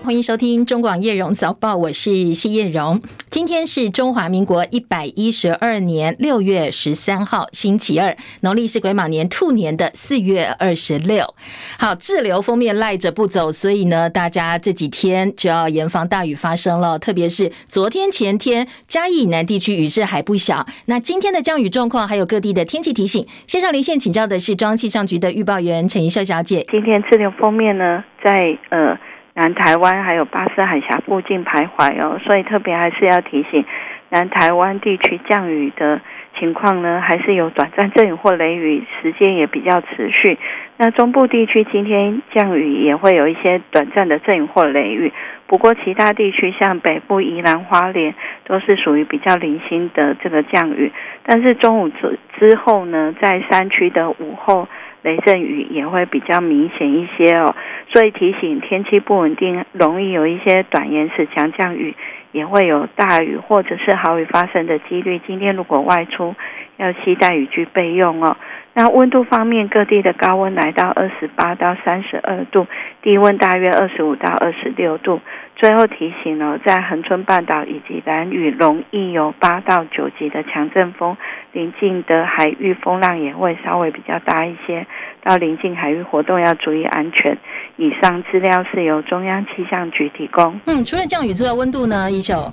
欢迎收听中广叶荣早报，我是谢叶荣。今天是中华民国112年6月13号，星期二，农历是癸卯年兔年的4月26。好，滞留锋面赖着不走，所以呢，大家这几天就要严防大雨发生了。特别是昨天、前天，嘉义以南地区雨势还不小。那今天的降雨状况，还有各地的天气提醒，线上连线请教的是中央气象局的预报员陈怡秀小姐。 今天滞留锋面呢，在南台湾还有巴士海峡附近徘徊哦，所以特别还是要提醒南台湾地区降雨的情况呢，还是有短暂阵雨或雷雨，时间也比较持续。那中部地区今天降雨也会有一些短暂的阵雨或雷雨，不过其他地区像北部、宜兰、花莲都是属于比较零星的这个降雨。但是中午之后呢，在山区的午后雷阵雨也会比较明显一些哦，所以提醒天气不稳定，容易有一些短延时强降雨，也会有大雨或者是豪雨发生的几率。今天如果外出，要携带雨具备用哦。那温度方面，各地的高温来到28到32度，低温大约25到26度。最后提醒哦，在恒春半岛以及兰屿容易有8到9级的强阵风，临近的海域风浪也会稍微比较大一些，到临近海域活动要注意安全。以上资料是由中央气象局提供。 除了降雨之外，温度呢，一秀？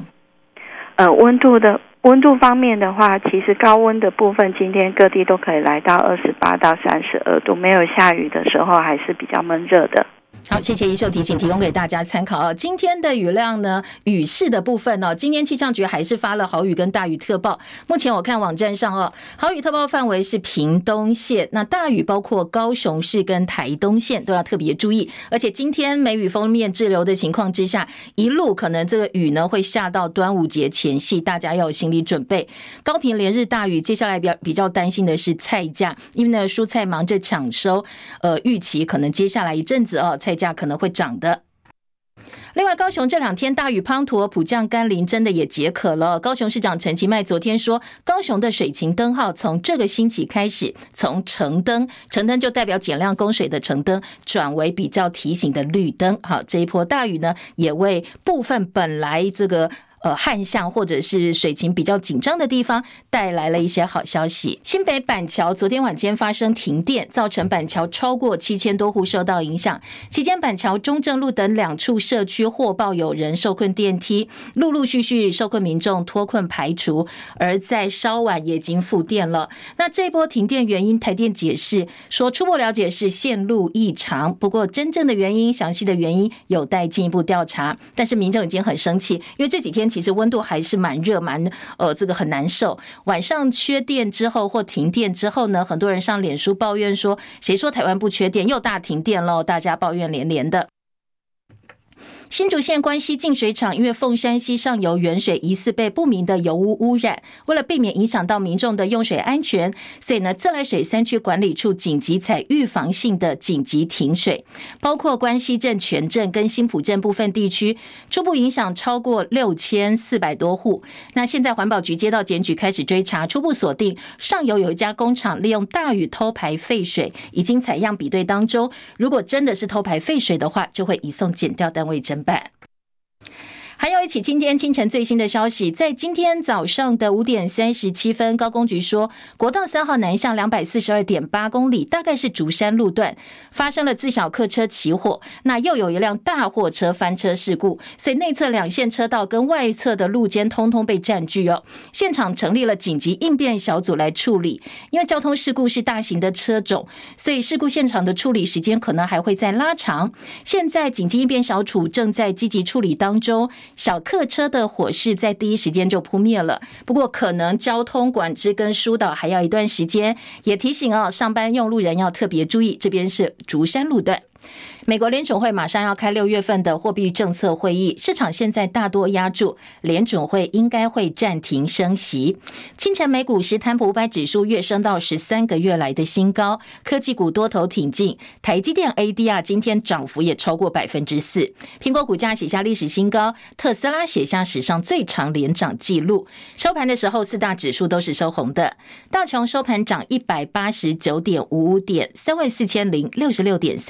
温度方面的话，其实高温的部分，今天各地都可以来到28到32度，没有下雨的时候还是比较闷热的。 好，谢谢一秀提醒，提供给大家参考。今天的雨量呢，雨势的部分今天气象局还是发了豪雨跟大雨特报。目前我看网站上豪雨特报范围是屏东县，那大雨包括高雄市跟台东县，都要特别注意。而且今天梅雨锋面滞留的情况之下，一路可能这个雨呢会下到端午节前夕，大家要有心理准备。高屏连日大雨，接下来比较担心的是菜价，因为呢蔬菜忙着抢收，预期可能接下来一阵子菜价可能会涨的。另外，高雄这2天大雨滂沱，普降甘霖，真的也解渴了。高雄市长陈其迈昨天说，高雄的水情灯号从这个星期开始，从橙灯就代表减量供水的橙灯，转为比较提醒的绿灯。好，这一波大雨呢，也为部分本来这个旱象或者是水情比较紧张的地方带来了一些好消息。新北板桥昨天晚间发生停电，造成板桥超过7000多户受到影响。期间板桥中正路等2处社区获报有人受困电梯，陆续受困民众脱困排除，而在稍晚也已经复电了。那这波停电原因，台电解释说初步了解是线路异常，不过真正的原因、详细的原因有待进一步调查。但是民众已经很生气，因为这几天其实温度还是蛮热，这个很难受。晚上缺电之后或停电之后呢，很多人上脸书抱怨说，谁说台湾不缺电，又大停电了，大家抱怨连连的。新竹县关西净水厂因为凤山溪上游原水疑似被不明的油污污染，为了避免影响到民众的用水安全，所以呢，自来水3区管理处紧急采预防性的紧急停水，包括关西镇全镇跟新埔镇部分地区，初步影响超过6400多户。那现在环保局接到检举开始追查，初步锁定上游有一家工厂利用大雨偷排废水，已经采样比对当中，如果真的是偷排废水的话，就会移送检调单位侦办。还有一起今天清晨最新的消息，在今天早上的5点37分，高公局说，国道3号南向242.8公里，大概是竹山路段发生了自小客车起火，那又有一辆大货车翻车事故，所以内侧2线车道跟外侧的路肩通通被占据现场成立了紧急应变小组来处理，因为交通事故是大型的车种，所以事故现场的处理时间可能还会再拉长。现在紧急应变小组正在积极处理当中，小客车的火势在第一时间就扑灭了，不过可能交通管制跟疏导还要一段时间，也提醒上班用路人要特别注意，这边是竹山路段。美国联准会马上要开6月份的货币政策会议，市场现在大多押注联准会应该会暂停升息。清晨美股时坦普500指数跃升到13个月来的新高，科技股多头挺进，台积电 ADR 今天涨幅也超过 4%， 苹果股价写下历史新高，特斯拉写下史上最长连涨纪录。收盘的时候4大指数都是收红的，道琼收盘涨189.55点，34066.33点。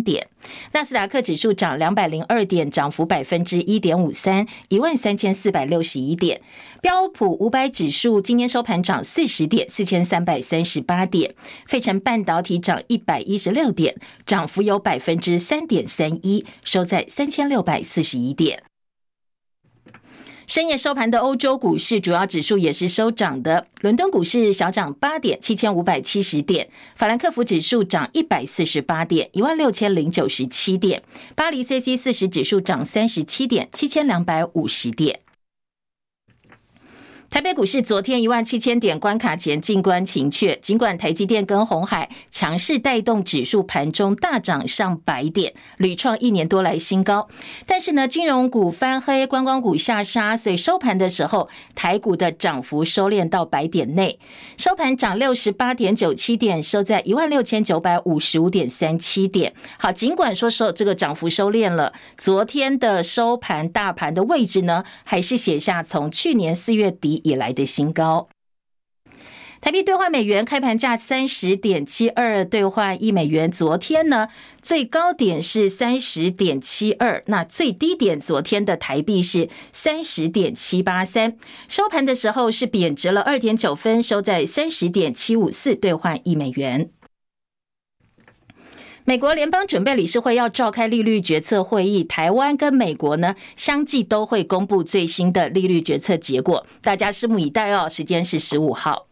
点。纳斯达克指数涨202点，涨幅 1.53%， 13461点。标普500指数今天收盘涨40点，4338点。费城半导体涨116点，涨幅有 3.31%， 收在3641点。深夜收盘的欧洲股市主要指数也是收涨的，伦敦股市小涨8点，7570点；法兰克福指数涨148点，16097点；巴黎 CAC 40指数涨37点，7250点。台北股市昨天17000点关卡前静观情却，尽管台积电跟鸿海强势带动指数盘中大涨上100点，屡创1年多来新高，但是呢，金融股翻黑，观光股下杀，所以收盘的时候，台股的涨幅收敛到100点内，收盘涨68.97点，收在16955.37点。好，尽管说这个涨幅收敛了，昨天的收盘大盘的位置呢，还是写下从去年4月底以来的新高。台币兑换美元开盘价30.72兑换1美元，昨天呢最高点是30.72，那最低点昨天的台币是30.783，收盘的时候是贬值了2.9分，收在30.754兑换1美元。美国联邦准备理事会要召开利率决策会议，台湾跟美国呢相继都会公布最新的利率决策结果，大家拭目以待哦，时间是15号。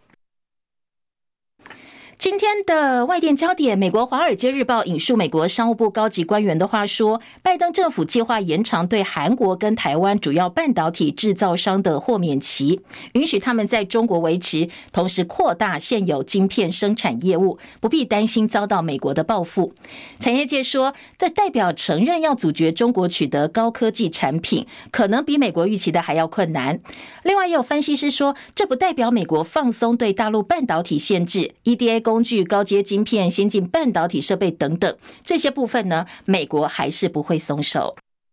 今天的外电焦点，美国《华尔街日报》引述美国商务部高级官员的话说，拜登政府计划延长对韩国跟台湾主要半导体制造商的豁免期，允许他们在中国维持，同时扩大现有晶片生产业务，不必担心遭到美国的报复。产业界说，这代表承认要阻绝中国取得高科技产品，可能比美国预期的还要困难。另外也有分析师说，这不代表美国放松对大陆半导体限制 ，EDA 工具、高阶晶片、先进半导体设备等等，这些部分呢，美国还是不会松手。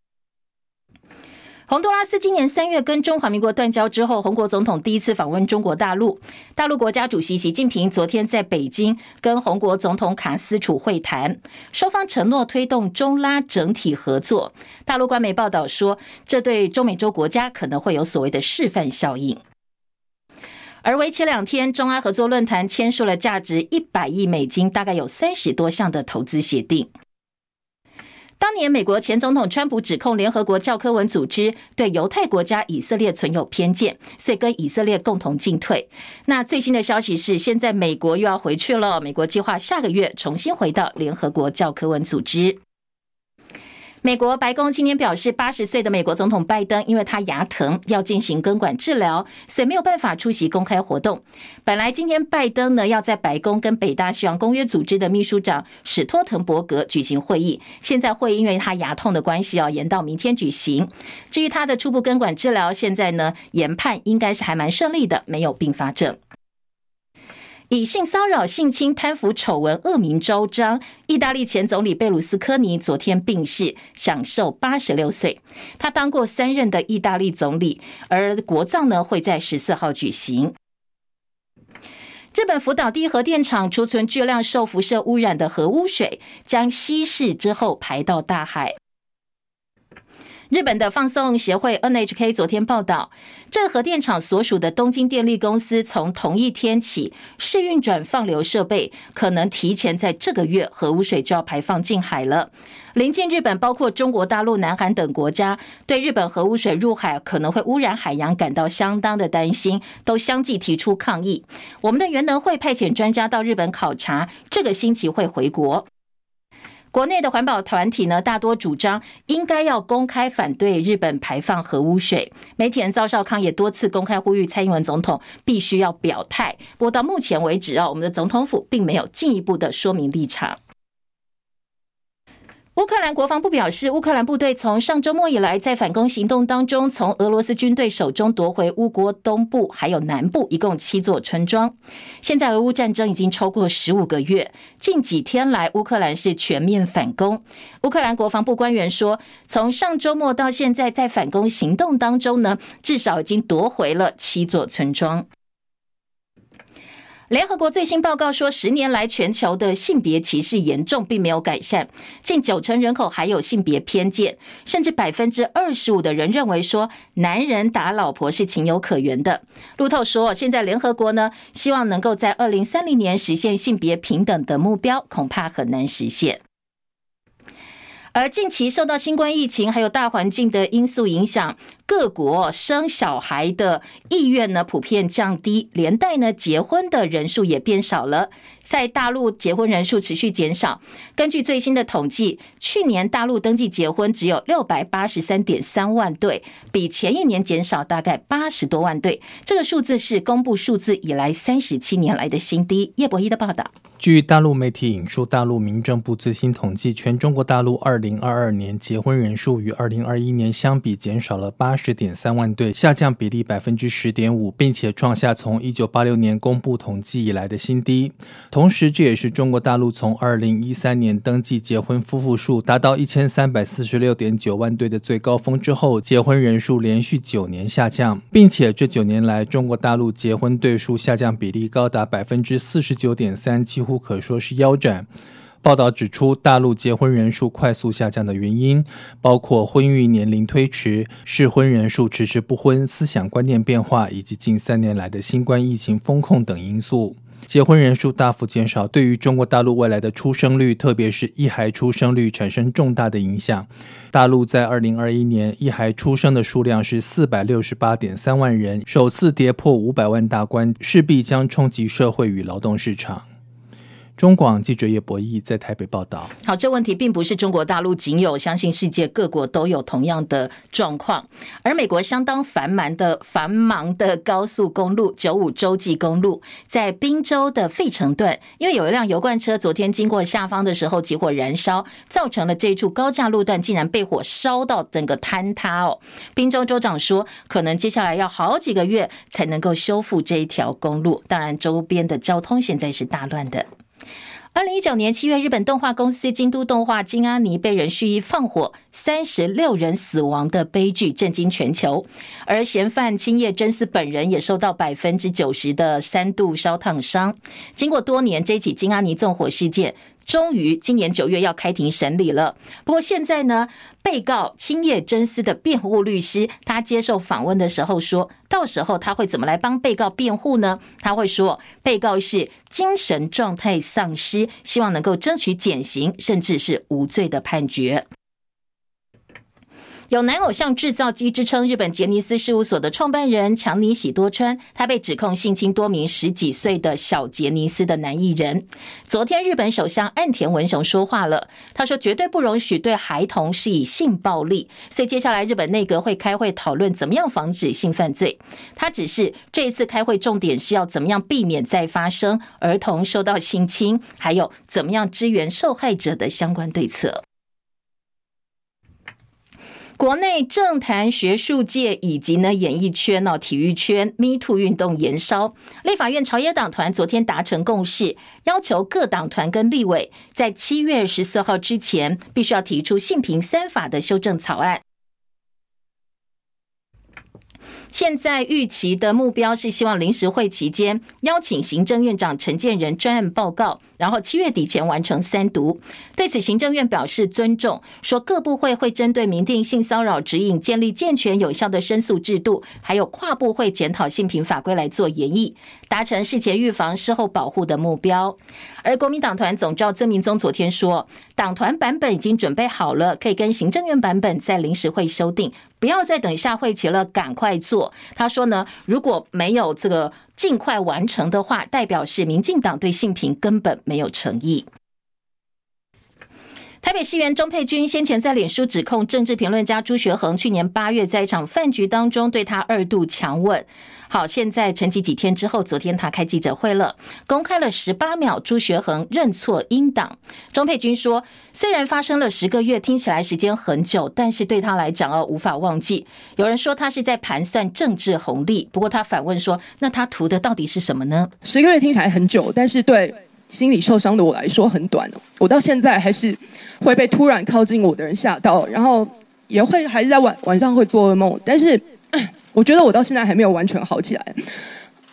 洪都拉斯今年3月跟中华民国断交之后，洪国总统第一次访问中国大陆。大陆国家主席习近平昨天在北京跟洪国总统卡斯楚会谈，双方承诺推动中拉整体合作。大陆官媒报道说，这对中美洲国家可能会有所谓的示范效应。而为期2天，中阿合作论坛签署了价值100亿美金，大概有30多项的投资协定。当年美国前总统川普指控联合国教科文组织对犹太国家以色列存有偏见，所以跟以色列共同进退。那最新的消息是，现在美国又要回去了，美国计划下个月重新回到联合国教科文组织。美国白宫今天表示，80岁的美国总统拜登因为他牙疼要进行根管治疗，所以没有办法出席公开活动。本来今天拜登呢要在白宫跟北大西洋公约组织的秘书长史托滕伯格举行会议，现在会议因为他牙痛的关系延到明天举行。至于他的初步根管治疗，现在呢研判应该是还蛮顺利的，没有并发症。以性骚扰、性侵、贪腐丑闻恶名昭彰，意大利前总理贝鲁斯科尼昨天病逝，享寿86岁。他当过3任的意大利总理，而国葬呢会在14号举行。日本福岛第一核电厂储存巨量受辐射污染的核污水，将稀释之后排到大海。日本的放送协会 NHK 昨天报道，这核电厂所属的东京电力公司从同一天起试运转放流设备，可能提前在这个月核污水就要排放进海了。邻近日本包括中国大陆、南韩等国家对日本核污水入海可能会污染海洋感到相当的担心，都相继提出抗议。我们的原能会派遣专家到日本考察，这个星期会回国。国内的环保团体呢，大多主张应该要公开反对日本排放核污水。媒体人赵少康也多次公开呼吁蔡英文总统必须要表态。不过到目前为止我们的总统府并没有进一步的说明立场。乌克兰国防部表示，乌克兰部队从上周末以来在反攻行动当中，从俄罗斯军队手中夺回乌国东部还有南部一共7座村庄。现在俄乌战争已经超过15个月，近几天来乌克兰是全面反攻。乌克兰国防部官员说，从上周末到现在在反攻行动当中呢，至少已经夺回了7座村庄。 联合国最新报告说，10年来全球的性别歧视严重，并没有改善，近90%人口还有性别偏见，甚至25%的人认为说男人打老婆是情有可原的。路透说，现在联合国呢，希望能够在2030年实现性别平等的目标，恐怕很难实现。而近期受到新冠疫情还有大环境的因素影响，各国生小孩的意愿呢普遍降低，连带呢结婚的人数也变少了。在大陆结婚人数持续减少，根据最新的统计，去年大陆登记结婚只有683.3万对，比前一年减少大概80多万对。这个数字是公布数字以来37年来的新低。叶博一的报道。 据大陆媒体引述大陆民政部最新统计，全中国大陆2022年结婚人数与2021年相比减少了80.3万对，下降比例10.5%，并且创下从1986年公布统计以来的新低。同时，这也是中国大陆从2013年登记结婚夫妇数达到1346.9万对的最高峰之后，结婚人数连续9年下降，并且这9年来中国大陆结婚对数下降比例高达49.3%，几乎可说是腰斩。报道指出，大陆结婚人数快速下降的原因包括婚育年龄推迟、适婚人数迟迟不婚、思想观念变化，以及近3年来的新冠疫情封控等因素。结婚人数大幅减少，对于中国大陆未来的出生率，特别是一孩出生率产生重大的影响。大陆在2021年一孩出生的数量是468.3万人，首次跌破500万大关，势必将冲击社会与劳动市场。中广记者叶博弈在台北报道。 好，这问题并不是中国大陆仅有，相信世界各国都有同样的状况。而美国相当繁忙的高速公路95洲际公路，在宾州的费城段，因为有一辆油罐车昨天经过下方的时候起火燃烧，造成了这一处高架路段竟然被火烧到整个坍塌哦。宾州州长说，可能接下来要好几个月才能够修复这一条公路，当然周边的交通现在是大乱的。2019年7月，日本动画公司京都动画金阿尼被人蓄意放火，36人死亡的悲剧震惊全球。而嫌犯青叶真司本人也受到90%的3度烧烫伤。经过多年，这起金阿尼纵火事件终于今年9月要开庭审理了。不过现在呢，被告青叶真司的辩护律师，他接受访问的时候说，到时候他会怎么来帮被告辩护呢？他会说，被告是精神状态丧失，希望能够争取减刑，甚至是无罪的判决。有男偶像制造机之称，日本杰尼斯事务所的创办人强尼喜多川，他被指控性侵多名10几岁的小杰尼斯的男艺人。昨天日本首相岸田文雄说话了，他说绝对不容许对孩童施以性暴力，所以接下来日本内阁会开会讨论怎么样防止性犯罪。他指示这一次开会重点是要怎么样避免再发生儿童受到性侵，还有怎么样支援受害者的相关对策。国内政坛、学术界以及演艺圈、体育圈 Me Too 运动延烧，立法院朝野党团昨天达成共识，要求各党团跟立委在7月14号之前必须要提出性平3法的修正草案。现在预期的目标是希望临时会期间邀请行政院长陈建仁专案报告，然后7月底前完成3读。对此行政院表示尊重，说各部会会针对明定性骚扰指引，建立健全有效的申诉制度，还有跨部会检讨性平法规来做研议，达成事前预防事后保护的目标。而国民党团总召曾明宗昨天说，党团版本已经准备好了，可以跟行政院版本在临时会修订，不要再等下会期了，赶快做。他说呢，如果没有这个尽快完成的话，代表是民进党对性平根本没有诚意。台北市议员钟佩君先前在脸书指控政治评论家朱学恒去年8月在一场饭局当中对他2度强吻。好，现在沉寂几天之后，昨天他开记者会了，公开了18秒朱学恒认错应党。钟佩君说，虽然发生了10个月，听起来时间很久，但是对他来讲无法忘记。有人说他是在盘算政治红利，不过他反问说，那他图的到底是什么呢 ？10个月听起来很久，但是对心理受伤的我来说很短。我到现在还是会被突然靠近我的人吓到，然后也会还是在晚上会做噩梦，但是我觉得我到现在还没有完全好起来。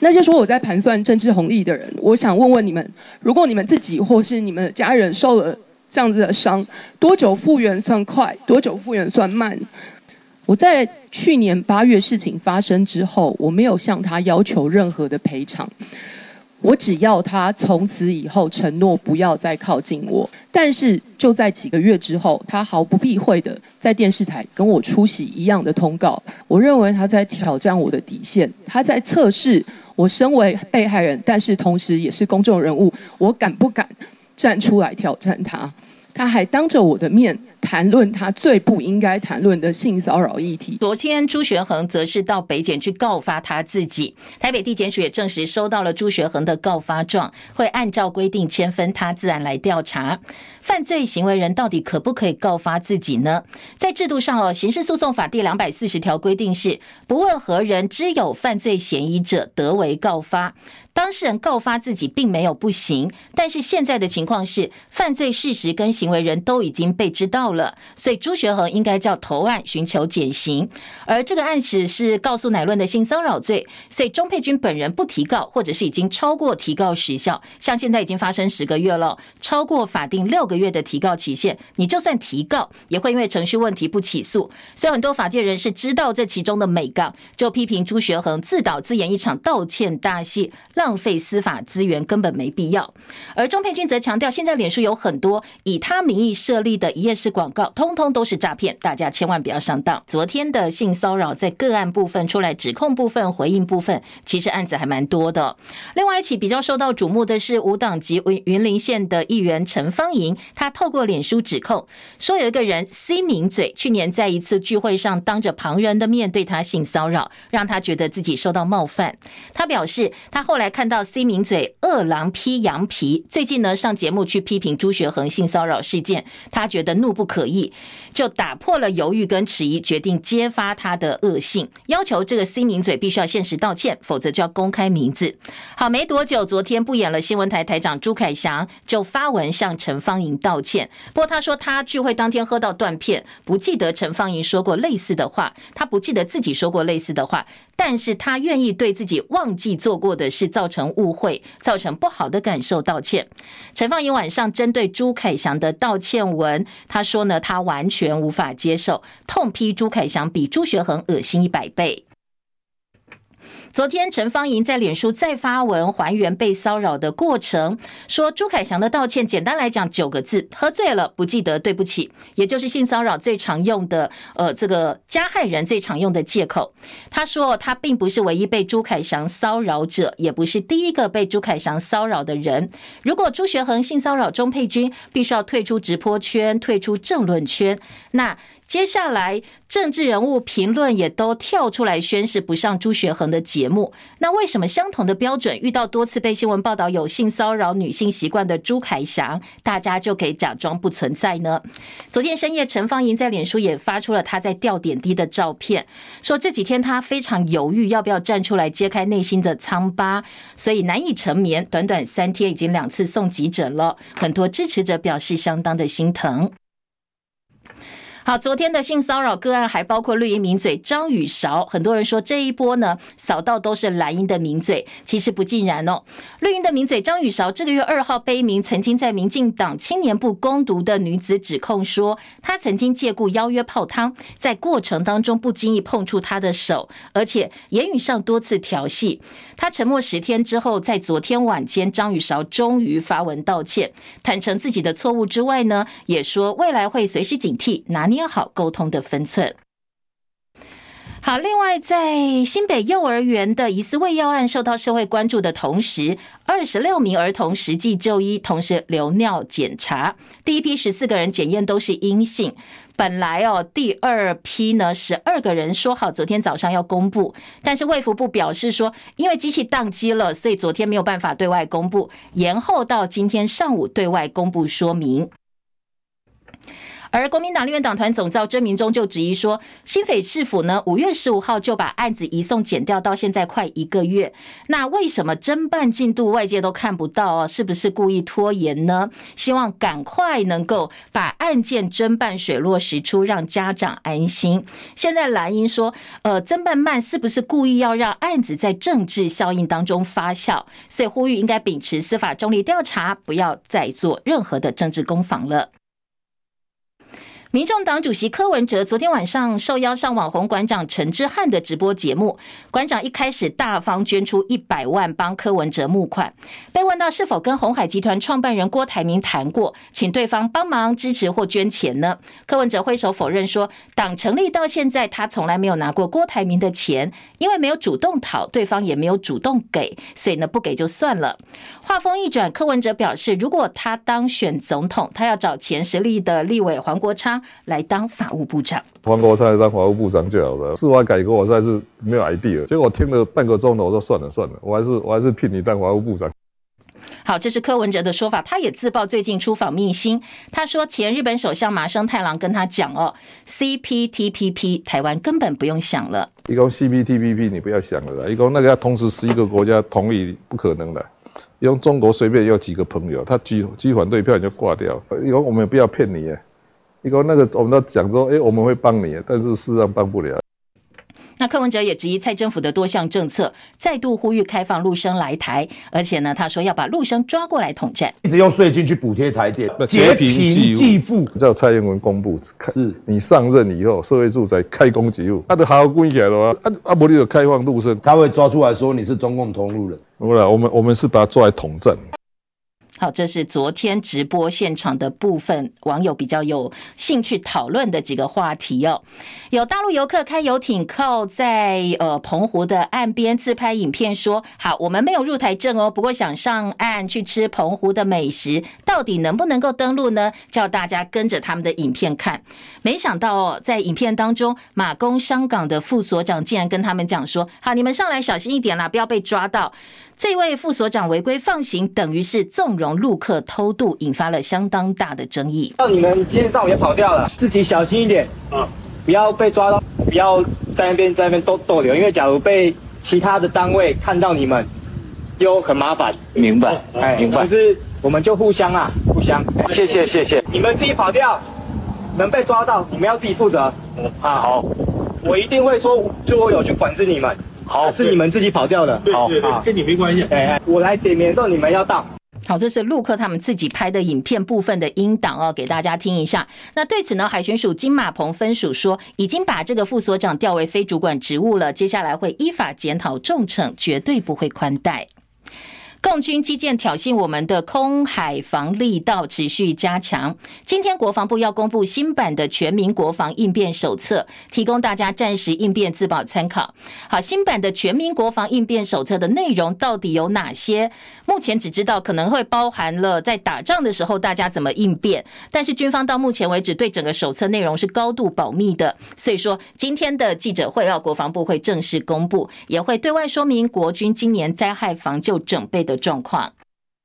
那些说我在盘算政治红利的人，我想问问你们，如果你们自己或是你们的家人受了这样子的伤，多久复原算快，多久复原算慢？我在去年8月事情发生之后，我没有向他要求任何的赔偿，我只要他从此以后承诺不要再靠近我。但是就在几个月之后，他毫不避讳的在电视台跟我出席一样的通告。我认为他在挑战我的底线，他在测试我身为被害人，但是同时也是公众人物，我敢不敢站出来挑战他。他还当着我的面谈论他最不应该谈论的性骚扰议题。 昨天朱学恒则是到北检去告发他自己，台北地检署也证实收到了朱学恒的告发状，会按照规定签分他自然来调查。犯罪行为人到底可不可以告发自己呢？在制度上刑事诉讼法第240条规定是，不问何人知有犯罪嫌疑者，得为告发。当事人告发自己并没有不行，但是现在的情况是，犯罪事实跟行为人都已经被知道了，所以朱学恒应该叫投案寻求减刑。而这个案子是告诉乃论的性骚扰罪，所以钟佩君本人不提告，或者是已经超过提告时效，像现在已经发生10个月了，超过法定6个月的提告期限，你就算提告也会因为程序问题不起诉。所以很多法界人士知道这其中的美感，就批评朱学恒自导自演一场道歉大戏，浪费司法资源，根本没必要。而钟佩君则强调，现在脸书有很多以他名义设立的一页式广告，通通都是诈骗，大家千万不要上当。昨天的性骚扰在个案部分出来，指控部分、回应部分，其实案子还蛮多的。另外一起比较受到瞩目的是无党籍云林县的议员陈芳莹，他透过脸书指控说，有一个人 C 名嘴去年在一次聚会上当着旁人的面对他性骚扰，让他觉得自己受到冒犯。他表示，他后来看到 C 名嘴饿狼披羊皮，最近呢上节目去批评朱学恒性骚扰事件，他觉得怒不可遏，就打破了犹豫跟迟疑，决定揭发他的恶性，要求这个 C 名嘴必须要限时道歉，否则就要公开名字。好，没多久，昨天不演了新闻台台长朱凯翔就发文向陈芳莹道歉。不过他说他聚会当天喝到断片，不记得陈芳莹说过类似的话，他不记得自己说过类似的话，但是他愿意对自己忘记做过的事造成误会，造成不好的感受道歉。陈芳莹晚上针对朱凯翔的道歉文，他说呢，他完全无法接受，痛批朱凯翔比朱学恒恶心100倍。昨天陈芳莹在脸书再发文还原被骚扰的过程，说朱凯翔的道歉简单来讲9个字：喝醉了，不记得，对不起，也就是性骚扰最常用的这个加害人最常用的借口。他说他并不是唯一被朱凯翔骚扰者，也不是第一个被朱凯翔骚扰的人。如果朱学恒性骚扰钟佩君，必须要退出直播圈，退出政论圈，那接下来政治人物评论也都跳出来宣示不上朱学恒的节目。那为什么相同的标准遇到多次被新闻报道有性骚扰女性习惯的朱凯翔，大家就可以假装不存在呢？昨天深夜陈芳莹在脸书也发出了她在吊点滴的照片，说这几天她非常犹豫要不要站出来揭开内心的疮疤，所以难以成眠，短短3天已经2次送急诊了。很多支持者表示相当的心疼。好，昨天的性骚扰个案还包括绿营名嘴张宇韶，很多人说这一波呢扫到都是蓝营的名嘴，其实不尽然哦。绿营的名嘴张宇韶这个月2号被一名曾经在民进党青年部攻读的女子指控说，她曾经借故邀约泡汤，在过程当中不经意碰触她的手，而且言语上多次调戏。她沉默10天之后，在昨天晚间张宇韶终于发文道歉，坦诚自己的错误之外呢，也说未来会随时警惕拿捏好沟通的分寸。好，另外在新北幼儿园的疑似喂药案受到社会关注的同时，26名儿童实际就医，同时留尿检查，第一批14个人检验都是阴性。本来第二批呢12个人说好昨天早上要公布，但是卫福部表示说，因为机器宕机了，所以昨天没有办法对外公布，延后到今天上午对外公布说明。 而国民党立院党团总召曾明忠就质疑说，新北市府呢5月15号就把案子移送检调，到现在快1个月，那为什么侦办进度外界都看不到哦？是不是故意拖延呢？希望赶快能够把案件侦办水落石出，让家长安心。现在蓝营说，侦办慢是不是故意要让案子在政治效应当中发酵？所以呼吁应该秉持司法中立调查，不要再做任何的政治攻防了。民众党主席柯文哲昨天晚上受邀上网红馆长陈之汉的直播节目，馆长一开始大方捐出100万帮柯文哲募款，被问到是否跟鸿海集团创办人郭台铭谈过，请对方帮忙支持或捐钱呢？柯文哲挥手否认说，党成立到现在他从来没有拿过郭台铭的钱，因为没有主动讨，对方也没有主动给，所以呢不给就算了。话锋一转，柯文哲表示，如果他当选总统，他要找前时力的立委黄国昌来当法务部长。 黄国昌来当法务部长就好了。司法改革我实在是没有 idea， 结果我听了半个钟头，我说算了，我还是聘你当法务部长。 好，这是柯文哲的说法，他也自曝最近出访密心。他说前日本首相麻生太郎跟他讲哦 ，CPTPP 台湾根本不用想了。 一共 CPTPP 你不要想了啦，一共那个要同时11个国家同意不可能的。用中国随便有几个朋友，他举反对票你就挂掉。一共我们也不要骗你，一共那个我们都讲说，我们会帮你，但是事实上帮不了。 那柯文哲也质疑蔡政府的多项政策，再度呼吁开放陆生来台，而且呢，他说要把陆生抓过来统战， 一直用税金去补贴台电，劫贫济富。 叫蔡英文公布，是你上任以后，社会住宅开工给付，他都好关起来了啊！不，你就开放陆生， 他会抓出来说你是中共同路人。 我们是把他抓来统战。 好，这是昨天直播现场的部分网友比较有兴趣讨论的几个话题哦。有大陆游客开游艇靠在澎湖的岸边自拍影片说，好，我们没有入台证哦，不过想上岸去吃澎湖的美食，到底能不能够登陆呢？叫大家跟着他们的影片看。没想到在影片当中，马公香港的副所长竟然跟他们讲说，好，你们上来小心一点啦，不要被抓到。这位副所长违规放行，等于是纵容陆客偷渡，引发了相当大的争议。 你们今天上午也跑掉了，自己小心一点啊，不要被抓到，不要在那边逗留，因为假如被其他的单位看到你们，又很麻烦。 明白，明白。 可是我们就互相。谢谢。你们自己跑掉，能被抓到，你们要自己负责。好，我一定会说，就我有去管制你们。好，是你们自己跑掉的。 好，跟你没关系。 我来点名的时候，你们要到。 好，这是陆客他们自己拍的影片部分的音档哦，给大家听一下。那对此呢，海巡署金马棚分署说，已经把这个副所长调为非主管职务了，接下来会依法检讨重惩，绝对不会宽待。共军基建挑衅我们的空海防力道持续加强。今天国防部要公布新版的全民国防应变手册，提供大家战时应变自保参考。好，新版的全民国防应变手册的内容到底有哪些？目前只知道可能会包含了在打仗的时候大家怎么应变，但是军方到目前为止对整个手册内容是高度保密的，所以说今天的记者会国防部会正式公布，也会对外说明国军今年灾害防救整备的状况。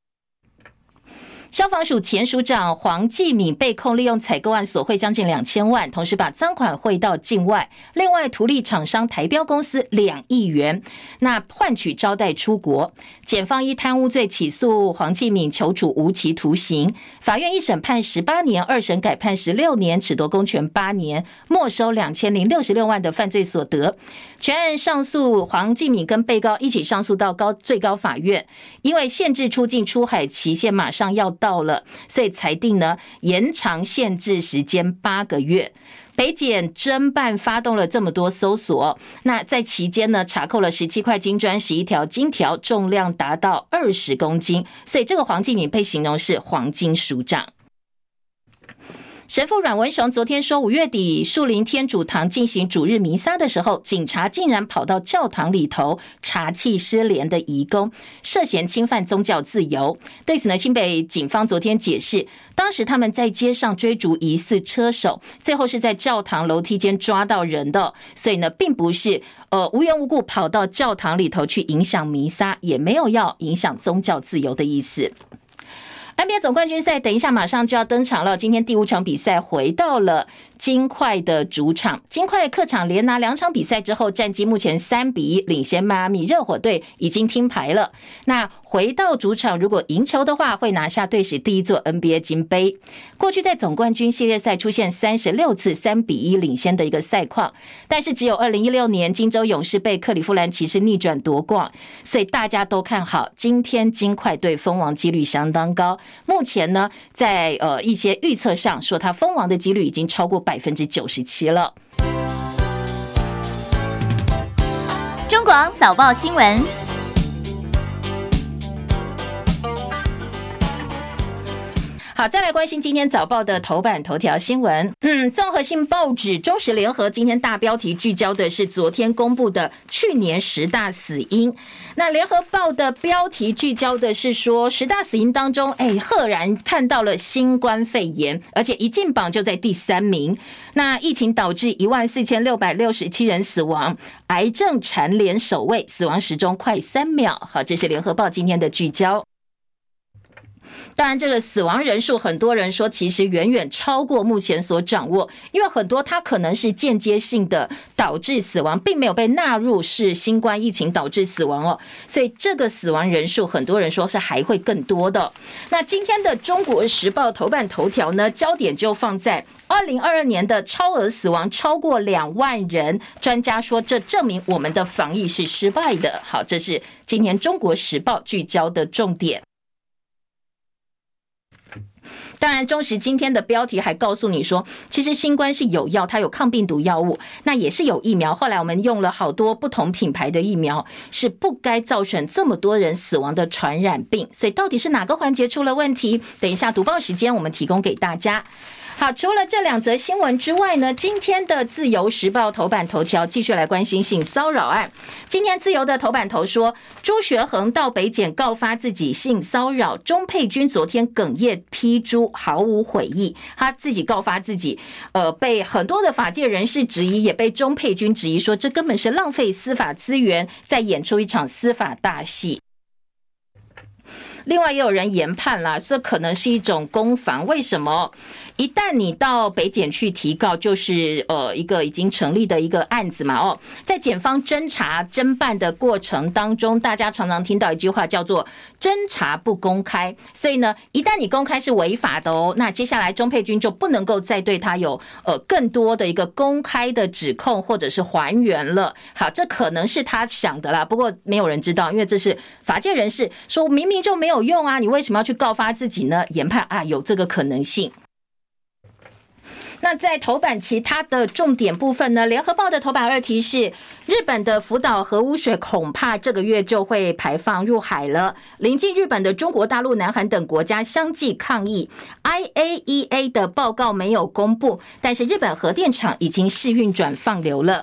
消防署前署长黄继敏被控利用采购案索贿将近2000万，同时把赃款汇到境外，另外图利厂商台标公司2亿元，那换取招待出国。检方依贪污罪起诉黄继敏，求处无期徒刑。法院一审判18年，2审改判16年，褫夺公权8年，没收2066万的犯罪所得。全案上诉，黄继敏跟被告一起上诉到最高法院，因为限制出境出海期限马上要到了，所以裁定呢延长限制时间8个月。北检侦办发动了这么多搜索，那在期间呢查扣了17块金砖、11条金条，重量达到20公斤，所以这个黄继敏被形容是黄金署长。神父阮文雄昨天说，5月底树林天主堂进行主日弥撒的时候，警察竟然跑到教堂里头查缉失联的移工，涉嫌侵犯宗教自由。对此呢，新北警方昨天解释，当时他们在街上追逐疑似车手，最后是在教堂楼梯间抓到人的，所以呢，并不是无缘无故跑到教堂里头去影响弥撒，也没有要影响宗教自由的意思。 NBA 总冠军赛等一下马上就要登场了，今天第5场比赛回到了金块的主场，金块客场连拿2场比赛之后，战绩目前3-1领先迈阿密热火队，已经听牌了。那回到主场，如果赢球的话，会拿下队史第1座 NBA 金杯。过去在总冠军系列赛出现36次3-1领先的一个赛况，但是只有2016年金州勇士被克利夫兰骑士逆转夺冠，所以大家都看好今天金块队封王几率相当高。目前呢，在一些预测上说，他封王的几率已经超过97%了。 中广早报新闻。 好，再来关心今天早报的头版头条新闻。综合性报纸中时联合今天大标题聚焦的是昨天公布的去年10大死因。那联合报的标题聚焦的是说10大死因当中，赫然看到了新冠肺炎，而且一进榜就在第3名。那疫情导致14667人死亡，癌症蝉联首位，死亡时钟快3秒。好，这是联合报今天的聚焦。当然这个死亡人数很多人说其实远远超过目前所掌握，因为很多它可能是间接性的导致死亡，并没有被纳入是新冠疫情导致死亡哦，所以这个死亡人数很多人说是还会更多的。那今天的中国时报头版头条呢，焦点就放在2022年的超额死亡超过2万人，专家说这证明我们的防疫是失败的。好，这是今年中国时报聚焦的重点。当然中时今天的标题还告诉你说，其实新冠是有药，它有抗病毒药物，那也是有疫苗，后来我们用了好多不同品牌的疫苗，是不该造成这么多人死亡的传染病，所以到底是哪个环节出了问题？等一下读报时间我们提供给大家。好，除了这2则新闻之外呢，今天的自由时报头版头条继续来关心性骚扰案。今天自由的头版头说，朱学恒到北检告发自己性骚扰，钟佩君昨天哽咽批朱，毫无悔意。他自己告发自己，被很多的法界人士质疑，也被钟佩君质疑说，这根本是浪费司法资源，在演出一场司法大戏。另外也有人研判啦，这可能是一种攻防。为什么？一旦你到北检去提告，就是一个已经成立的一个案子嘛，在检方侦查侦办的过程当中，大家常常听到一句话叫做侦查不公开，所以呢，一旦你公开是违法的哦，那接下来钟佩君就不能够再对他有更多的一个公开的指控或者是还原了。好，这可能是他想的啦，不过没有人知道，因为这是法界人士说明明就没有用啊，你为什么要去告发自己呢？研判啊，有这个可能性。那在头版其他的重点部分呢，联合报的头版2题是日本的福岛核污水恐怕这个月就会排放入海了，临近日本的中国大陆、南韩等国家相继抗议。 IAEA 的报告没有公布，但是日本核电厂已经试运转放流了。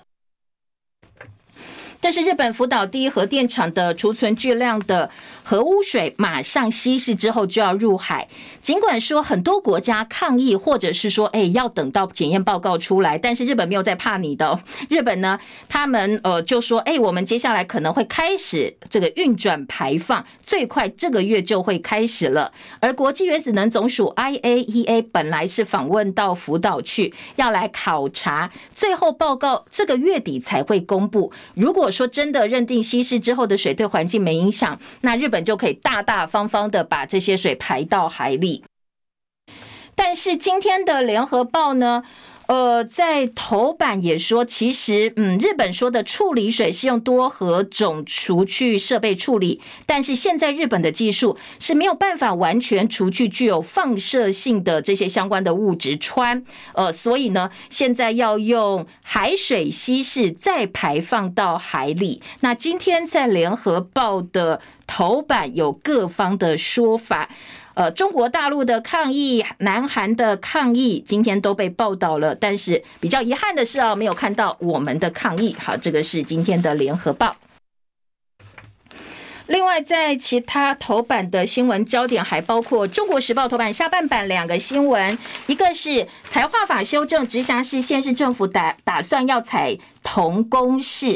这是日本福岛第一核电厂的储存巨量的核污水马上稀释之后就要入海，尽管说很多国家抗议，或者是说要等到检验报告出来，但是日本没有在怕你的哦。日本呢，他们就说我们接下来可能会开始这个运转排放，最快这个月就会开始了。而国际原子能总署 IAEA 本来是访问到福岛去，要来考察，最后报告这个月底才会公布。如果说真的认定稀释之后的水对环境没影响，那日本就可以大大方方的把这些水排到海里。但是今天的联合报呢，在头版也说，其实日本说的处理水是用多核种除去设备处理，但是现在日本的技术是没有办法完全除去具有放射性的这些相关的物质氚，所以呢，现在要用海水稀释再排放到海里。那今天在联合报的头版有各方的说法。中国大陆的抗议、南韩的抗议今天都被报道了，但是比较遗憾的是没有看到我们的抗议。好，这个是今天的联合报。另外在其他头版的新闻焦点还包括中国时报头版下半版2个新闻，一个是财划法修正，直辖市县市政府打算要采同公式。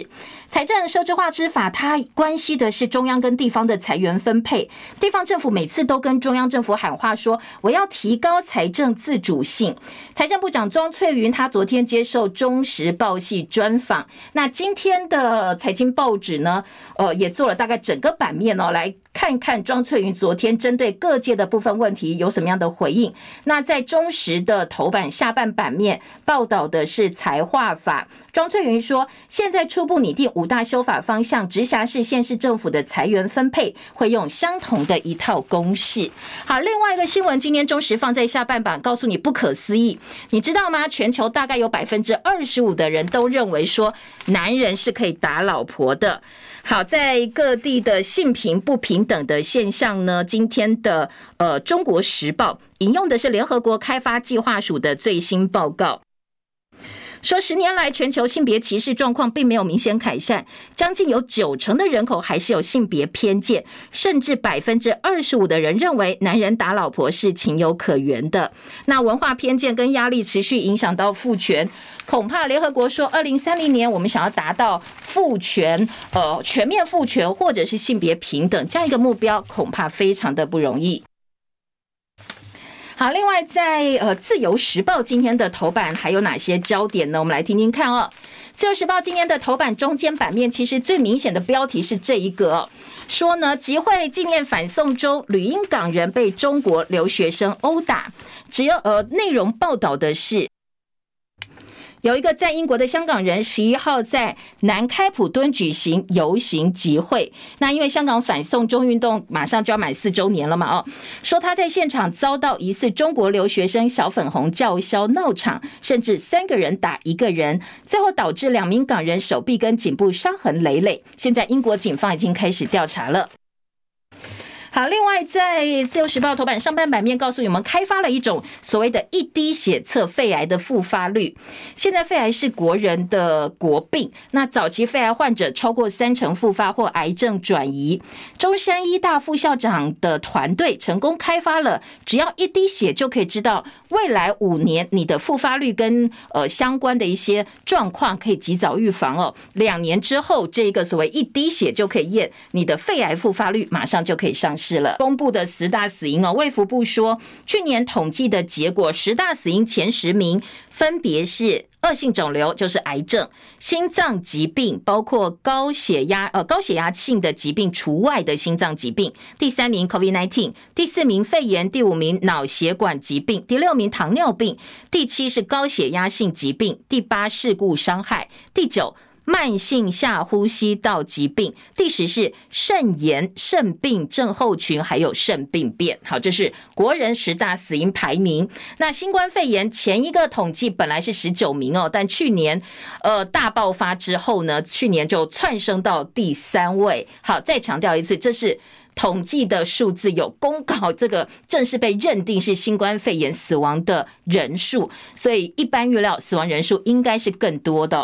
财政收支化之法，它关系的是中央跟地方的财源分配。地方政府每次都跟中央政府喊话说，我要提高财政自主性。财政部长庄翠云，他昨天接受中时报系专访。那今天的财经报纸呢，也做了大概整个版面来看看庄翠云昨天针对各界的部分问题有什么样的回应。那在中时的头版下半版面报道的是财化法。庄翠云说，现在初步拟定5大修法方向，直辖市县市政府的财源分配会用相同的一套公式。好，另外一个新闻，今天中时放在下半版，告诉你不可思议，你知道吗？全球大概有 25% 的人都认为说男人是可以打老婆的。好，在各地的性平不平等的现象呢，今天的中国时报引用的是联合国开发计划署的最新报告，说10年来全球性别歧视状况并没有明显改善，将近有90%的人口还是有性别偏见，甚至 25% 的人认为男人打老婆是情有可原的。那文化偏见跟压力持续影响到父权，恐怕联合国说2030年我们想要达到父权全面父权或者是性别平等这样一个目标，恐怕非常的不容易。好，另外在自由时报今天的头版还有哪些焦点呢？我们来听听看哦。自由时报今天的头版中间版面，其实最明显的标题是这一个说呢，集会纪念反送中，旅英港人被中国留学生殴打。只有内容报道的是，有一个在英国的香港人11号在南开普敦举行游行集会。那因为香港反送中运动马上就要满4周年了嘛，说他在现场遭到疑似中国留学生小粉红叫嚣闹场，甚至3个人打1个人，最后导致2名港人手臂跟颈部伤痕累累。现在英国警方已经开始调查了。好，另外在自由时报头版上半版面告诉你们，开发了一种所谓的一滴血测肺癌的复发率。现在肺癌是国人的国病，那早期肺癌患者超过30%复发或癌症转移。中山医大副校长的团队成功开发了，只要一滴血就可以知道未来5年你的复发率跟相关的一些状况，可以及早预防哦。2年之后，这个所谓一滴血就可以验你的肺癌复发率，马上就可以上市了。公布的10大死因卫福部说，去年统计的结果，10大死因前10名分别是恶性肿瘤，就是癌症；心脏疾病，包括高血压性的疾病除外的心脏疾病；第3名 COVID-19， 第4名肺炎，第5名脑血管疾病，第6名糖尿病，第7是高血压性疾病，第8事故伤害，第9慢性下呼吸道疾病，第10是肾炎、肾病症候群，还有肾病变。好，这是国人10大死因排名。那新冠肺炎前一个统计本来是19名但去年大爆发之后呢，去年就窜升到第3位。好，再强调一次，这是统计的数字，有公告，这个正式被认定是新冠肺炎死亡的人数，所以一般预料死亡人数应该是更多的。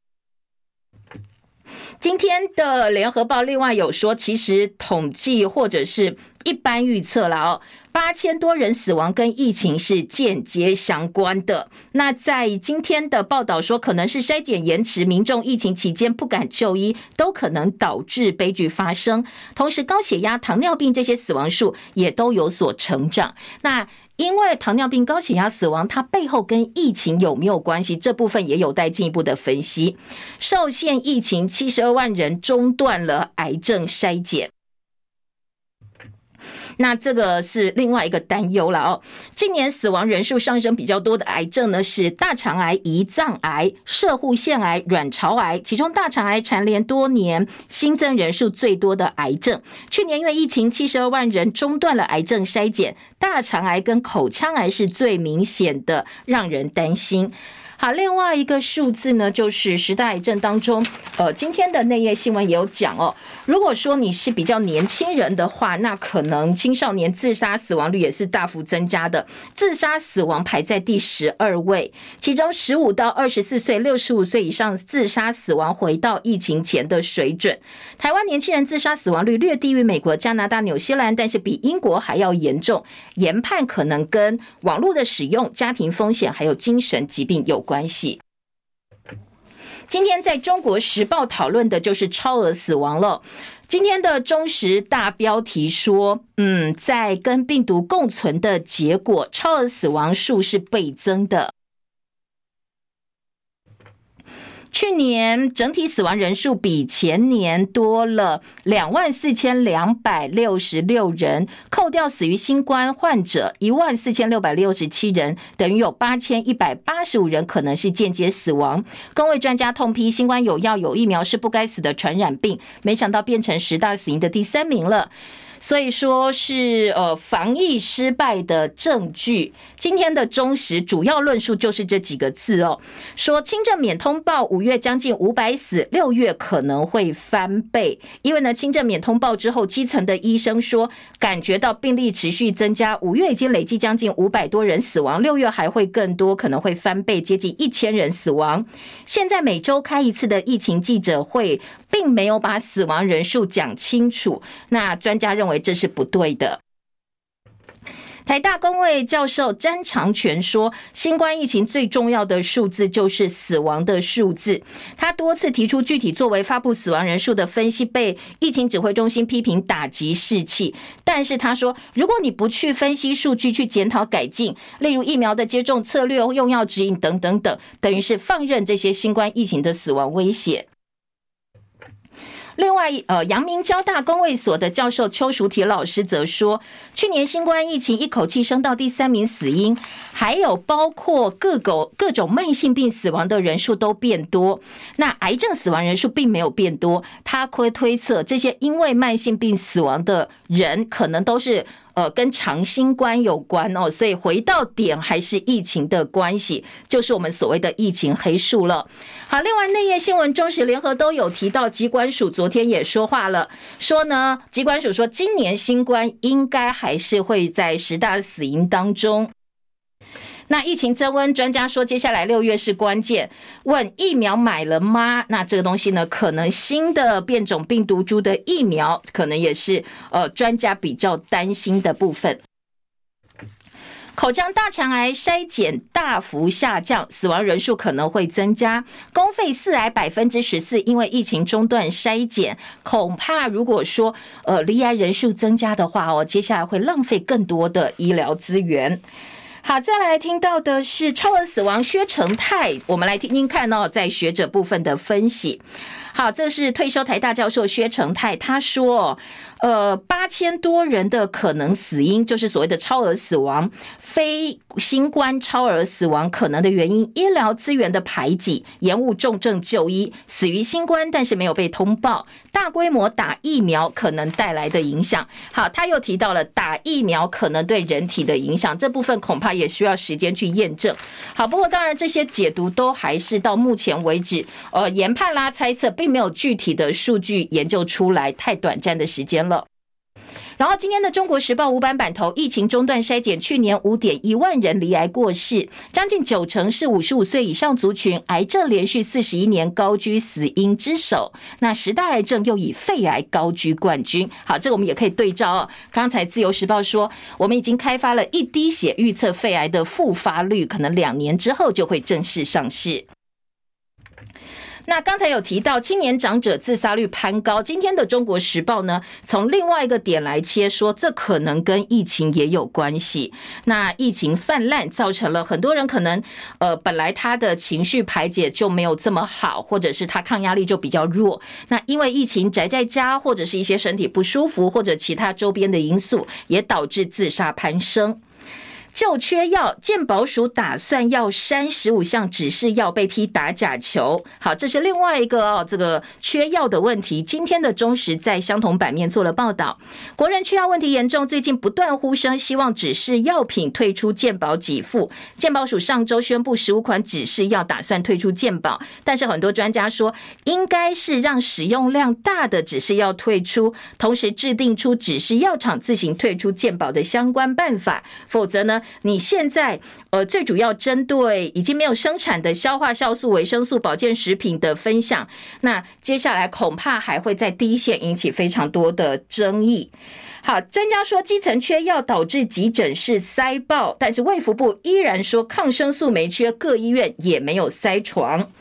今天的联合报另外有说，其实统计或者是一般预测了8000多人死亡跟疫情是间接相关的。那在今天的报道说，可能是筛检延迟，民众疫情期间不敢就医，都可能导致悲剧发生。同时高血压、糖尿病这些死亡数也都有所成长。那因为糖尿病、高血压死亡，它背后跟疫情有没有关系？这部分也有待进一步的分析。受限疫情，72万人中断了癌症筛检。那这个是另外一个担忧了近年死亡人数上升比较多的癌症呢，是大肠癌、胰脏癌、攝護腺癌、卵巢癌，其中大肠癌蝉联多年新增人数最多的癌症。去年因为疫情，72万人中断了癌症筛检，大肠癌跟口腔癌是最明显的，让人担心。好，另外一个数字呢，就是10大癌症当中，今天的内页新闻也有讲如果说你是比较年轻人的话，那可能青少年自杀死亡率也是大幅增加的，自杀死亡排在第12位，其中15到24岁、65岁以上自杀死亡回到疫情前的水准。台湾年轻人自杀死亡率略低于美国、加拿大、纽西兰，但是比英国还要严重，研判可能跟网络的使用、家庭风险还有精神疾病有关系。 今天在中国时报讨论的就是超额死亡了。今天的中时大标题说，在跟病毒共存的结果，超额死亡数是倍增的。去年整体死亡人数比前年多了24,266人，扣掉死于新冠患者14,667人，等于有8,185人可能是间接死亡。公卫专家痛批新冠有药有疫苗是不该死的传染病，没想到变成10大死因的第3名了。所以说是防疫失败的证据。今天的中时主要论述就是这几个字哦，说轻症免通报5月将近500死，6月可能会翻倍。因为呢，轻症免通报之后，基层的医生说感觉到病例持续增加，5月已经累计将近500多人死亡，6月还会更多，可能会翻倍，接近1000人死亡。现在每周开一次的疫情记者会，并没有把死亡人数讲清楚，那专家认为这是不对的。台大公卫教授詹长全说，新冠疫情最重要的数字就是死亡的数字。他多次提出具体作为发布死亡人数的分析，被疫情指挥中心批评打击士气。但是他说，如果你不去分析数据，去检讨改进，例如疫苗的接种策略、用药指引等等等，等于是放任这些新冠疫情的死亡威胁。另外，阳明交大公卫所的教授邱淑媞老师则说，去年新冠疫情一口气升到第3名死因，还有包括各种慢性病死亡的人数都变多，那癌症死亡人数并没有变多。他会推测，这些因为慢性病死亡的人可能都是跟长新冠有关哦，所以回到点还是疫情的关系，就是我们所谓的疫情黑数了。好，另外内页新闻中时联合都有提到，疾管署昨天也说话了，说呢，疾管署说今年新冠应该还是会在10大死因当中。那疫情增温，专家说接下来6月是关键。问疫苗买了吗？那这个东西呢，可能新的变种病毒株的疫苗，可能也是专家比较担心的部分。口腔大肠癌筛检大幅下降，死亡人数可能会增加。公费4癌14%，因为疫情中断筛检，恐怕如果说罹癌人数增加的话接下来会浪费更多的医疗资源。好，再来听到的是超额死亡薛成泰，我们来听听看在学者部分的分析。好，这是退休台大教授薛成泰，他说8000多人的可能死因，就是所谓的超额死亡，非新冠超额死亡可能的原因，医疗资源的排挤，延误重症就医，死于新冠但是没有被通报，大规模打疫苗可能带来的影响。好，他又提到了打疫苗可能对人体的影响，这部分恐怕也需要时间去验证。好，不过当然这些解读都还是到目前为止研判啦、猜测，并没有具体的数据研究出来，太短暂的时间了。然后今天的中国时报5版版头，疫情中断筛检，去年5.1万人罹癌过世，将近90%是55岁以上族群，癌症连续41年高居死因之首。那10大癌症又以肺癌高居冠军。好，这个我们也可以对照刚才自由时报说，我们已经开发了1滴血预测肺癌的复发率，可能2年之后就会正式上市。那刚才有提到青年长者自杀率攀高，今天的中国时报呢，从另外一个点来切说，这可能跟疫情也有关系。那疫情泛滥造成了很多人可能本来他的情绪排解就没有这么好，或者是他抗压力就比较弱，那因为疫情宅在家，或者是一些身体不舒服，或者其他周边的因素，也导致自杀攀升。就缺药，健保署打算要删15项指示药，被批打假球。好，这是另外一个这个缺药的问题。今天的中时在相同版面做了报道，国人缺药问题严重，最近不断呼声，希望指示药品退出健保给付。健保署上周宣布15款指示药打算退出健保，但是很多专家说，应该是让使用量大的指示药退出，同时制定出指示药厂自行退出健保的相关办法，否则呢，你现在最主要针对已经没有生产的消化酵素、维生素、保健食品的分享，那接下来恐怕还会在第一线引起非常多的争议。好，专家说基层缺药导致急诊室塞爆，但是卫福部依然说抗生素没缺，各医院也没有塞床。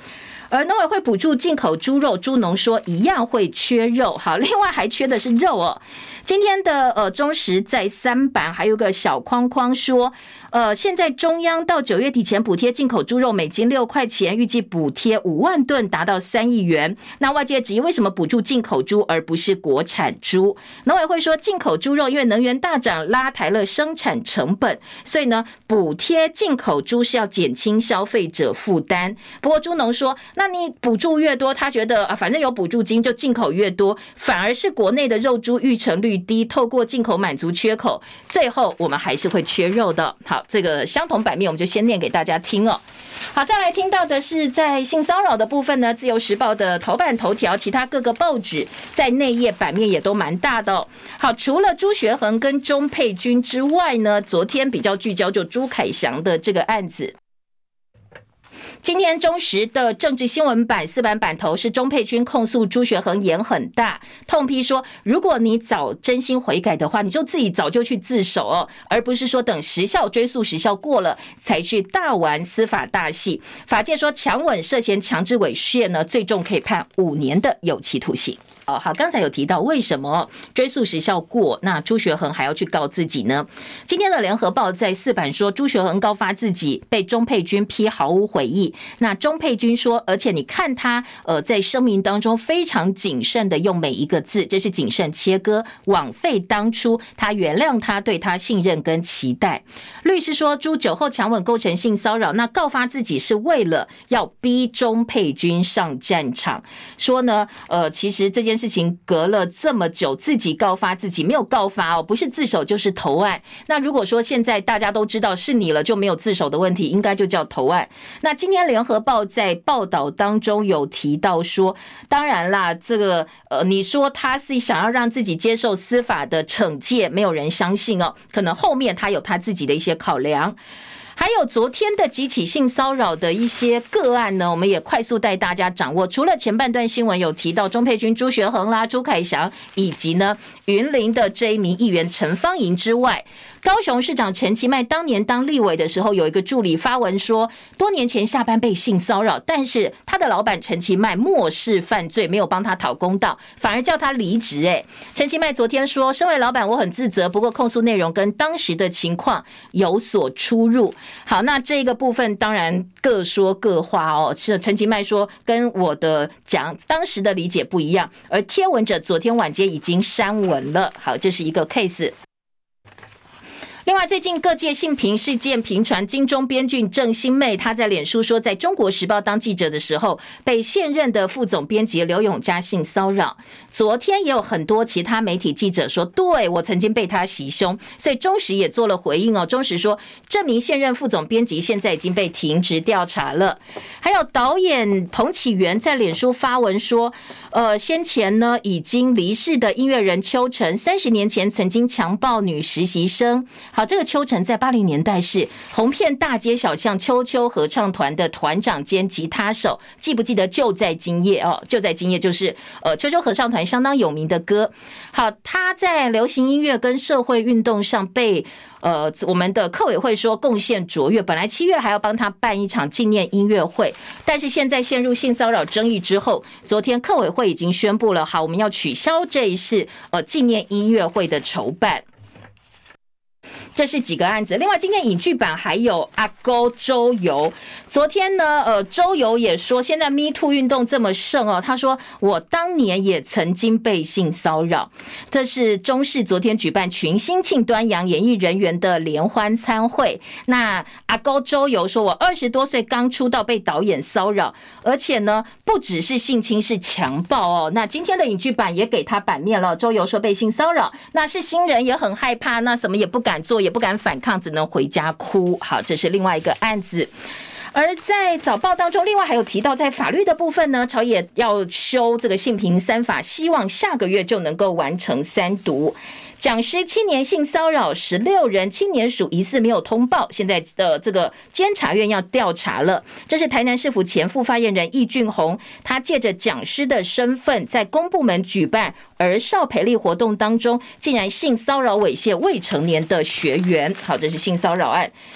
而农委会补助进口猪肉，猪农说一样会缺肉。好，另外还缺的是肉哦。今天的中时在3版还有个小框框说，现在中央到9月底前补贴进口猪肉每斤6块钱，预计补贴5万吨，达到3亿元。那外界质疑为什么补助进口猪而不是国产猪？农委会说，进口猪肉因为能源大涨拉抬了生产成本，所以呢补贴进口猪是要减轻消费者负担。不过猪农说，那你补助越多，他觉得反正有补助金就进口越多，反而是国内的肉猪育成率低，透过进口满足缺口，最后我们还是会缺肉的。好，这个相同版面我们就先念给大家听哦。好，再来听到的是在性骚扰的部分呢，自由时报的头版头条，其他各个报纸在内页版面也都蛮大的哦。好，除了朱学恒跟钟佩君之外呢，昨天比较聚焦就朱凯翔的这个案子。今天中时的政治新闻版4版版头是钟佩君控诉朱学恒演很大，痛批说，如果你早真心悔改的话，你就自己早就去自首哦，而不是说等时效追诉时效过了才去大玩司法大戏。法界说，强吻涉嫌强制猥亵呢，最重可以判5年的有期徒刑。好，刚才有提到为什么追诉时效过，那朱学恒还要去告自己呢？今天的联合报在4版说，朱学恒告发自己被钟佩君批毫无悔意。那钟佩君说，而且你看他在声明当中非常谨慎的用每一个字，这是谨慎切割，枉费当初他原谅他对他信任跟期待。律师说，朱酒后强吻构成性骚扰，那告发自己是为了要逼钟佩君上战场，说呢其实这件事情隔了这么久，自己告发自己没有告发哦，不是自首就是投案。那如果说现在大家都知道是你了，就没有自首的问题，应该就叫投案。那今天联合报在报道当中有提到说，当然啦，这个你说他是想要让自己接受司法的惩戒，没有人相信哦，可能后面他有他自己的一些考量。还有昨天的几起性骚扰的一些个案呢，我们也快速带大家掌握。除了前半段新闻有提到钟佩君、朱学恒啦、朱凯翔，以及呢云林的这一名议员陈芳莹之外，高雄市长陈其迈当年当立委的时候，有一个助理发文说，多年前下班被性骚扰，但是他的老板陈其迈漠视犯罪，没有帮他讨公道，反而叫他离职。陈其迈昨天说，身为老板我很自责，不过控诉内容跟当时的情况有所出入。好，那这个部分当然各说各话哦。是陈其迈说跟我的讲当时的理解不一样，而贴文者昨天晚间已经删文了。好，这是一个 case。另外，最近各界性平事件频传，金钟编剧郑欣妹她在脸书说，在中国时报当记者的时候，被现任的副总编辑刘永嘉性骚扰。昨天也有很多其他媒体记者说，对，我曾经被他袭胸，所以中时也做了回应哦。中时说，这名现任副总编辑现在已经被停职调查了。还有导演彭启源在脸书发文说，先前呢已经离世的音乐人邱晨，30年前曾经强暴女实习生。好，这个邱晨在80年代是红遍大街小巷秋秋合唱团的团长兼吉他手，记不记得就在今夜哦？就在今夜就是秋秋合唱团相当有名的歌。好，他在流行音乐跟社会运动上被我们的客委会说贡献卓越，本来7月还要帮他办一场纪念音乐会，但是现在陷入性骚扰争议之后，昨天客委会已经宣布了，好，我们要取消这一次纪念音乐会的筹办。这是几个案子。另外今天影剧版还有阿勾周游，昨天呢周游也说，现在 Me Too 运动这么盛哦，他说我当年也曾经被性骚扰。这是中视昨天举办群星庆端阳演艺人员的联欢餐会，那阿勾周游说，我20多岁刚出道被导演骚扰，而且呢不只是性侵，是强暴哦。那今天的影剧版也给他版面了，周游说被性骚扰，那是新人也很害怕，那什么也不敢做，也不敢反抗，只能回家哭。好，这是另外一个案子。而在早报当中，另外还有提到，在法律的部分呢，朝野要修这个性平3法，希望下个月就能够完成3读。讲师青年性骚扰16人，青年署疑似没有通报，现在的这个监察院要调查了。这是台南市府前副发言人易俊宏，他借着讲师的身份，在公部门举办儿少培力活动当中，竟然性骚扰猥亵未成年的学员。好，这是性骚扰案。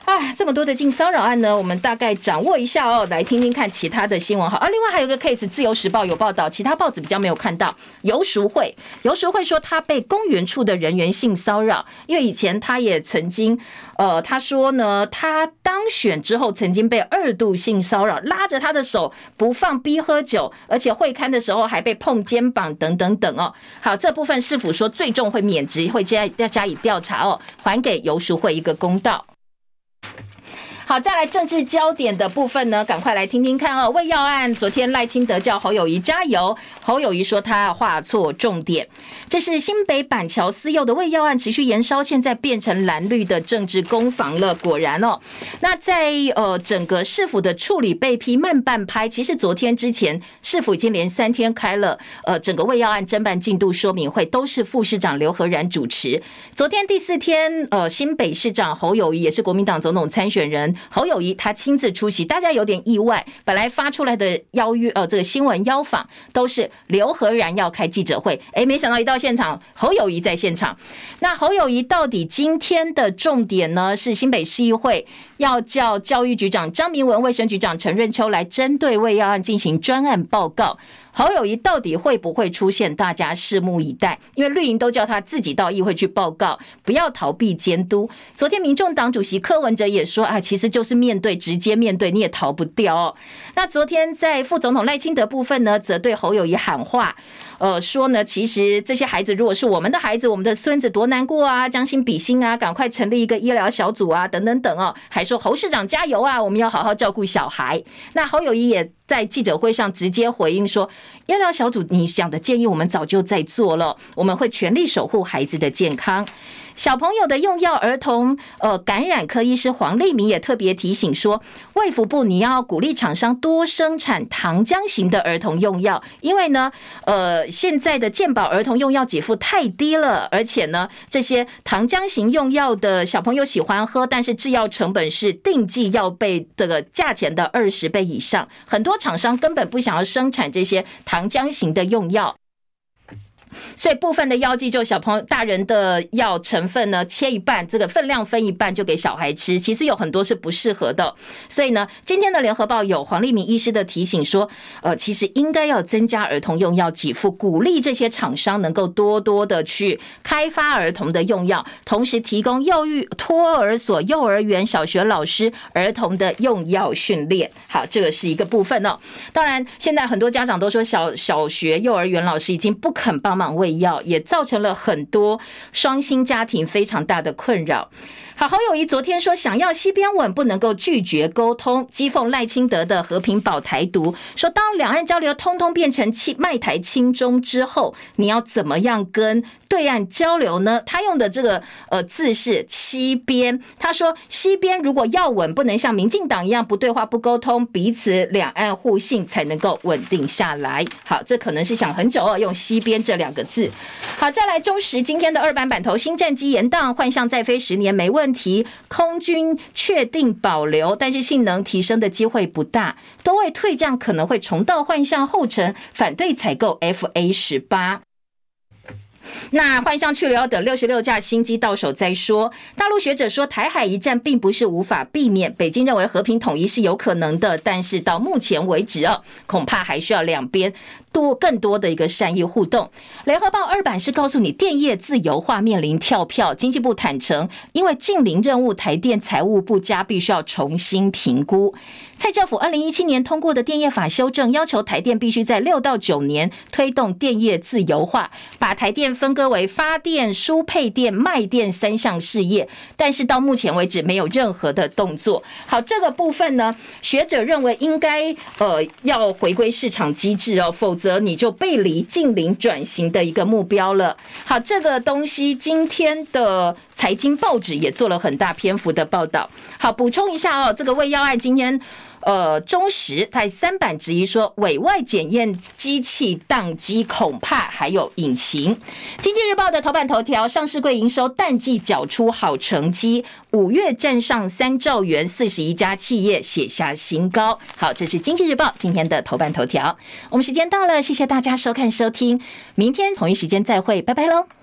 这么多的性骚扰案呢，我们大概掌握一下哦，来听听看其他的新闻好。另外还有一个 case， 自由时报有报道，其他报纸比较没有看到。游淑慧说他被公园处的人员性骚扰，因为以前他也曾经，他说呢，他当选之后曾经被2度性骚扰，拉着他的手不放，逼喝酒，而且会勘的时候还被碰肩膀等等等哦。好，这部分市府说最重会免职，会加以调查哦，还给游淑慧一个公道。好，再来政治焦点的部分呢，赶快来听听看哦。卫药案，昨天赖清德叫侯友宜加油，侯友宜说他画错重点。这是新北板桥私幼的卫药案持续延烧，现在变成蓝绿的政治攻防了。果然哦，那在整个市府的处理被批慢半拍，其实昨天之前市府已经连3天开了整个卫药案侦办进度说明会，都是副市长刘和然主持。昨天第4天，新北市长侯友宜也是国民党总统参选人。侯友宜他亲自出席，大家有点意外。本来发出来的邀约，这个新闻邀访都是刘和然要开记者会，没想到一到现场，侯友宜在现场。那侯友宜到底今天的重点呢？是新北市议会要叫教育局长张明文、卫生局长陈润秋来针对卫药案进行专案报告。侯友宜到底会不会出现？大家拭目以待。因为绿营都叫他自己到议会去报告，不要逃避监督。昨天民众党主席柯文哲也说，其实就是面对，直接面对，你也逃不掉哦。那昨天在副总统赖清德部分呢，则对侯友宜喊话，说呢，其实这些孩子如果是我们的孩子，我们的孙子多难过啊，将心比心啊，赶快成立一个医疗小组啊，等等等哦。还说侯市长加油啊，我们要好好照顾小孩。那侯友宜也在记者会上直接回应说，医疗小组你讲的建议我们早就在做了，我们会全力守护孩子的健康。小朋友的用药，儿童感染科医师黄立明也特别提醒说，卫福部你要鼓励厂商多生产糖浆型的儿童用药，因为呢现在的健保儿童用药给付太低了，而且呢这些糖浆型用药的小朋友喜欢喝，但是制药成本是定剂药费这个价钱的20倍以上，很多厂商根本不想要生产这些糖浆型的用药。所以部分的药剂就小朋友大人的药成分呢切一半，这个分量分一半就给小孩吃，其实有很多是不适合的。所以呢今天的联合报有黄立明医师的提醒说，其实应该要增加儿童用药给付，鼓励这些厂商能够多多的去开发儿童的用药，同时提供托儿所、幼儿园、小学老师儿童的用药训练。好，这个是一个部分哦。当然现在很多家长都说小学幼儿园老师已经不肯帮忙喂药，也造成了很多双薪家庭非常大的困扰。好，侯友宜昨天说，想要西边稳，不能够拒绝沟通，讥讽赖清德的和平保台独，说当两岸交流通通变成卖台亲中之后，你要怎么样跟对岸交流呢？他用的这个字是西边，他说西边如果要稳，不能像民进党一样不对话不沟通，彼此两岸互信才能够稳定下来。好，这可能是想很久哦，用西边这2个字。好，再来中时今天的2版版头，新战机延宕，幻象再飞10年没问题，空军确定保留，但是性能提升的机会不大，多位退将可能会重蹈幻象后尘，反对采购 FA-18。那幻象去了，要等66架新机到手再说。大陆学者说，台海一战并不是无法避免，北京认为和平统一是有可能的，但是到目前为止恐怕还需要两边更多的一个善意互动。联合报2版是告诉你，电业自由化面临跳票，经济部坦承，因为近邻任务台电财务不佳，必须要重新评估。蔡政府2017年通过的电业法修正，要求台电必须在6到9年推动电业自由化，把台电分割为发电、输配电、卖电3项事业，但是到目前为止没有任何的动作。好，这个部分呢，学者认为应该要回归市场机制否则你就背离近邻转型的一个目标了。好，这个东西今天的财经报纸也做了很大篇幅的报道。好，补充一下这个卫药案今天中时在3版质疑说，委外检验机器宕机，恐怕还有隐情。经济日报的头版头条，上市柜营收淡季缴出好成绩，5月站上3兆元，41家企业写下新高。好，这是经济日报今天的头版头条。我们时间到了，谢谢大家收看收听，明天同一时间再会，拜拜喽。